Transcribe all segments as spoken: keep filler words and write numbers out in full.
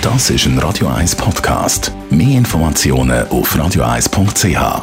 Das ist ein Radio eins Podcast. Mehr Informationen auf radio eins punkt c h.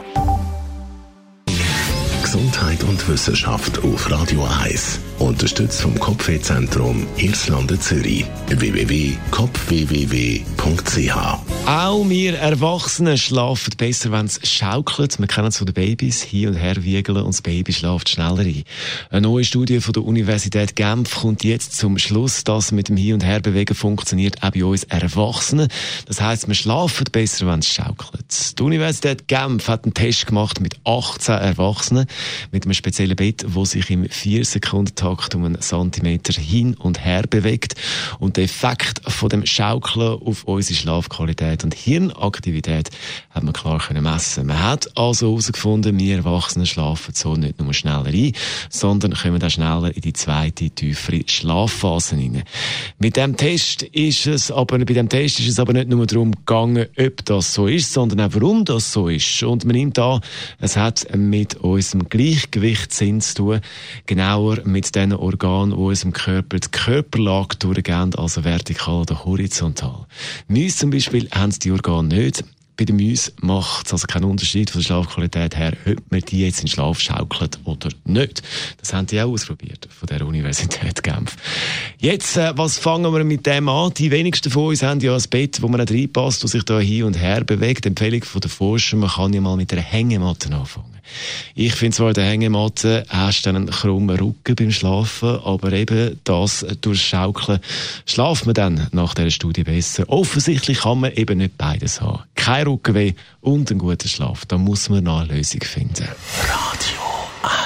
Gesundheit und Wissenschaft auf Radio eins. Unterstützt vom Kopfwehzentrum Irlande Zürich. w w w punkt kopf w w w punkt c h. Auch wir Erwachsenen schlafen besser, wenn es schaukelt. Wir kennen es von den Babys, hin und her wiegeln und das Baby schläft schneller ein. Eine neue Studie von der Universität Genf kommt jetzt zum Schluss, dass mit dem Hin- und Herbewegen funktioniert auch bei uns Erwachsenen. Das heisst, wir schlafen besser, wenn es schaukelt. Die Universität Genf hat einen Test gemacht mit achtzehn Erwachsenen mit einem speziellen Bett, das sich im vier Sekunden Takt um einen Zentimeter hin und her bewegt. Und der Effekt von dem Schaukeln auf unsere Schlafqualität und Hirnaktivität hat man klar können messen. Man hat also herausgefunden, wir Erwachsenen schlafen so nicht nur schneller ein, sondern kommen auch schneller in die zweite, tiefere Schlafphase hinein. Mit dem Test ist es aber, bei dem Test ist es aber nicht nur darum gegangen, ob das so ist, sondern auch warum das so ist. Und man nimmt an, es hat mit unserem Gleichgewichtssinn zu tun, genauer mit den Organen, die unserem Körper die Körperlage durchgehen, also vertikal oder horizontal. Mäuse zum Beispiel haben die Organe nicht. Bei den Mäusen macht es also keinen Unterschied von der Schlafqualität her, ob man die jetzt in den Schlaf schaukelt oder nicht. Das haben die auch ausprobiert von der Universität Genf. Jetzt, äh, was fangen wir mit dem an? Die wenigsten von uns haben ja ein Bett, wo man nicht reinpasst, das sich da hin und her bewegt. Die Empfehlung von der Forscher, man kann ja mal mit einer Hängematte anfangen. Ich finde zwar, der Hängematte hast dann einen krummen Rücken beim Schlafen, aber eben das durch Schaukeln schlaft man dann nach dieser Studie besser. Offensichtlich kann man eben nicht beides haben. Kein Rückenweh und einen guten Schlaf. Da muss man noch eine Lösung finden. Radio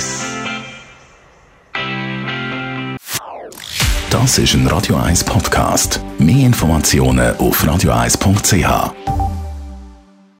eins. Das ist ein Radio eins Podcast. Mehr Informationen auf radio eins punkt c h.